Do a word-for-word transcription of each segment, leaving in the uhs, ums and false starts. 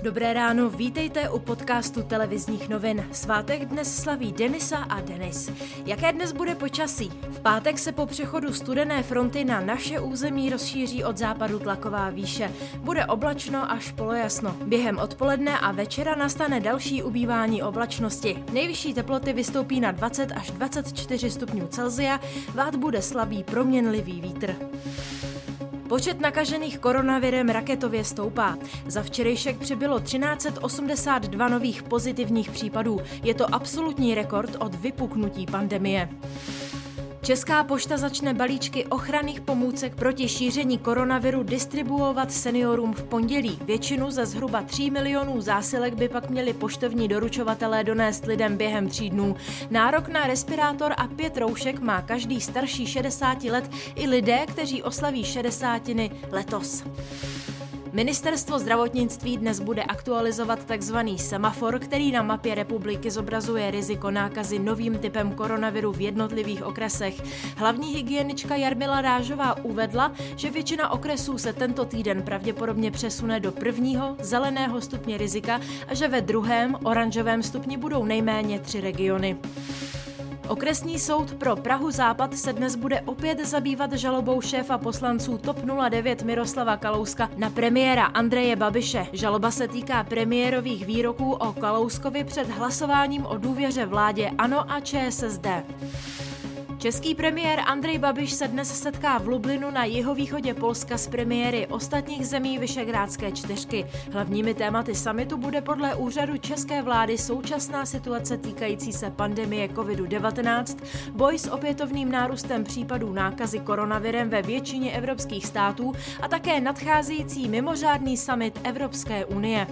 Dobré ráno, vítejte u podcastu televizních novin. Svátek dnes slaví Denisa a Denis. Jaké dnes bude počasí? V pátek se po přechodu studené fronty na naše území rozšíří od západu tlaková výše. Bude oblačno až polojasno. Během odpoledne a večera nastane další ubývání oblačnosti. Nejvyšší teploty vystoupí na dvacet až dvacet čtyři stupňů Celsia, vát bude slabý proměnlivý vítr. Počet nakažených koronavirem raketově stoupá. Za včerejšek přibylo tisíc tři sta osmdesát dva nových pozitivních případů. Je to absolutní rekord od vypuknutí pandemie. Česká pošta začne balíčky ochranných pomůcek proti šíření koronaviru distribuovat seniorům v pondělí. Většinu ze zhruba tří milionů zásilek by pak měli poštovní doručovatelé donést lidem během tří dnů. Nárok na respirátor a pět roušek má každý starší šedesáti let i lidé, kteří oslaví šedesátiny letos. Ministerstvo zdravotnictví dnes bude aktualizovat takzvaný semafor, který na mapě republiky zobrazuje riziko nákazy novým typem koronaviru v jednotlivých okresech. Hlavní hygienička Jarmila Rážová uvedla, že většina okresů se tento týden pravděpodobně přesune do prvního zeleného stupně rizika a že ve druhém oranžovém stupni budou nejméně tři regiony. Okresní soud pro Prahu Západ se dnes bude opět zabývat žalobou šéfa poslanců T O P nula devět Miroslava Kalouska na premiéra Andreje Babiše. Žaloba se týká premiérových výroků o Kalouskovi před hlasováním o důvěře vládě ANO a Č S S D. Český premiér Andrej Babiš se dnes setká v Lublinu na jihovýchodě Polska s premiéry ostatních zemí Visegrádské čtyřky. Hlavními tématy summitu bude podle úřadu české vlády současná situace týkající se pandemie kovidu devatenáct, boj s opětovným nárůstem případů nákazy koronavirem ve většině evropských států a také nadcházející mimořádný summit Evropské unie.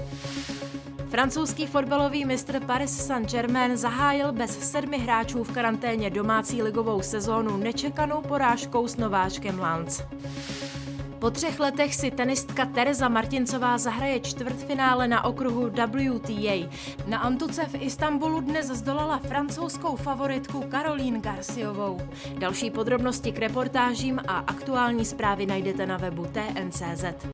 Francouzský fotbalový mistr Paris Saint-Germain zahájil bez sedmi hráčů v karanténě domácí ligovou sezónu nečekanou porážkou s nováčkem Lens. Po třech letech si tenistka Tereza Martincová zahraje čtvrtfinále na okruhu W T A. Na Antuce v Istanbulu dnes zdolala francouzskou favoritku Caroline Garciovou. Další podrobnosti k reportážím a aktuální zprávy najdete na webu T N C Z.